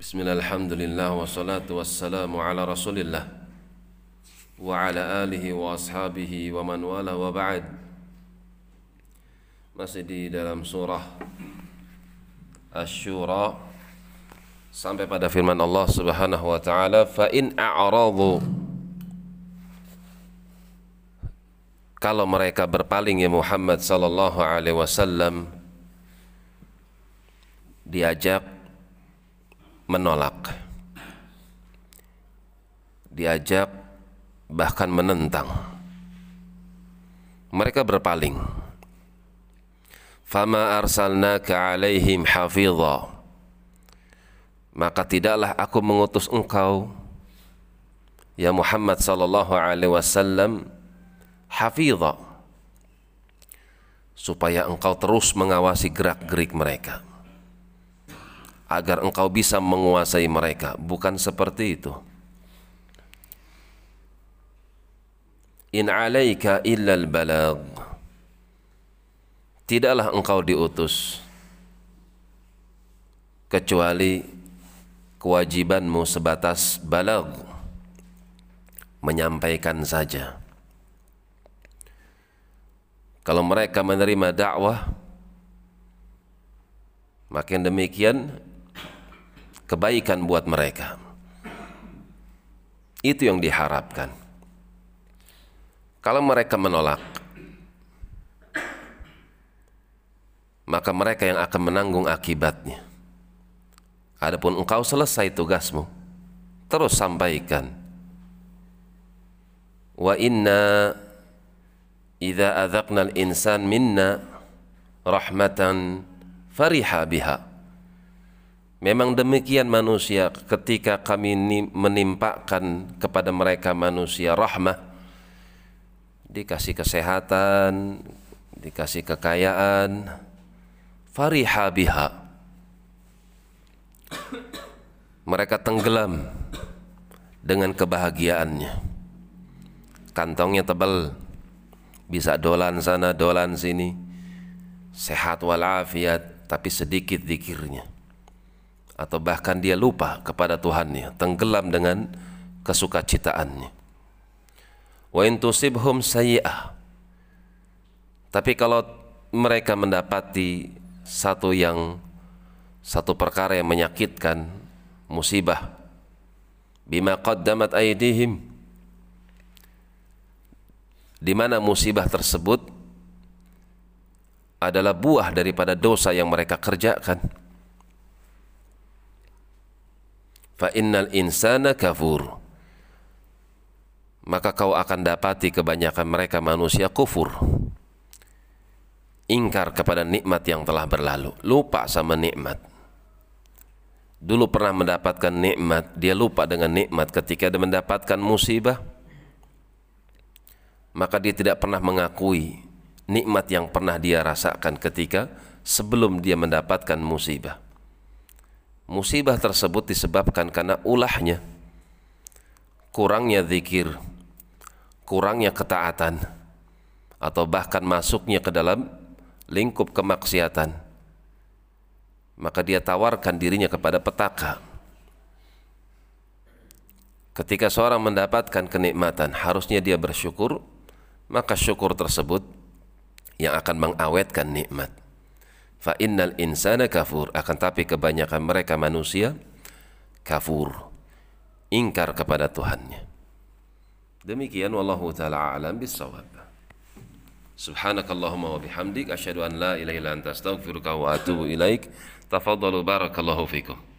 Bismillah, alhamdulillah, wassalatu wassalamu ala rasulillah wa ala alihi wa ashabihi wa man wala wa ba'd. Masih di dalam surah Asy-Syura sampai pada firman Allah Subhanahu wa taala, fa in a'radu, kalau mereka berpaling ya Muhammad sallallahu alaihi wasallam, diajak menolak, diajak bahkan menentang, mereka berpaling. Fama arsalnaka alaihim hafidha, maka tidaklah aku mengutus engkau ya Muhammad sallallahu alaihi wasallam hafidha, supaya engkau terus mengawasi gerak-gerik mereka, agar engkau bisa menguasai mereka. Bukan seperti itu. In alaika illal balagh, tidaklah engkau diutus kecuali kewajibanmu sebatas balagh, menyampaikan saja. Kalau mereka menerima dakwah, makin demikian kebaikan buat mereka. Itu yang diharapkan. Kalau mereka menolak, maka mereka yang akan menanggung akibatnya. Adapun engkau selesai tugasmu, terus sampaikan. Wa inna idza adzaqnal insan minna rahmatan fariha biha. Memang demikian manusia, ketika kami menimpakan kepada mereka manusia rahmah, dikasih kesehatan, dikasih kekayaan, fariha biha, mereka tenggelam dengan kebahagiaannya. Kantongnya tebal, bisa dolan sana dolan sini, sehat walafiat, tapi sedikit zikirnya, atau bahkan dia lupa kepada Tuhannya, tenggelam dengan kesukacitaannya. Wa in tusibhum sayyi'ah, tapi kalau mereka mendapati satu perkara yang menyakitkan, musibah, bima qaddamat aydihim, di mana musibah tersebut adalah buah daripada dosa yang mereka kerjakan, fa innal insana kafur, maka kau akan dapati kebanyakan mereka manusia kufur, ingkar kepada nikmat yang telah berlalu, lupa sama nikmat. Dulu pernah mendapatkan nikmat, dia lupa dengan nikmat. Ketika dia mendapatkan musibah, maka dia tidak pernah mengakui nikmat yang pernah dia rasakan ketika sebelum dia mendapatkan musibah. Musibah tersebut disebabkan karena ulahnya, kurangnya zikir, kurangnya ketaatan, atau bahkan masuknya ke dalam lingkup kemaksiatan. Maka dia tawarkan dirinya kepada petaka. Ketika seorang mendapatkan kenikmatan, harusnya dia bersyukur, maka syukur tersebut yang akan mengawetkan nikmat. Fa innal insana kafur, akan tapi kebanyakan mereka manusia kafur, ingkar kepada Tuhannya. Demikian, wallahu ta'ala a'lam bis-shawab. Subhanakallahumma wa bihamdik, asyhadu an la ilaha illa anta, astaghfiruka wa atubu ilaik. Tafadhalu, barakallahu fikum.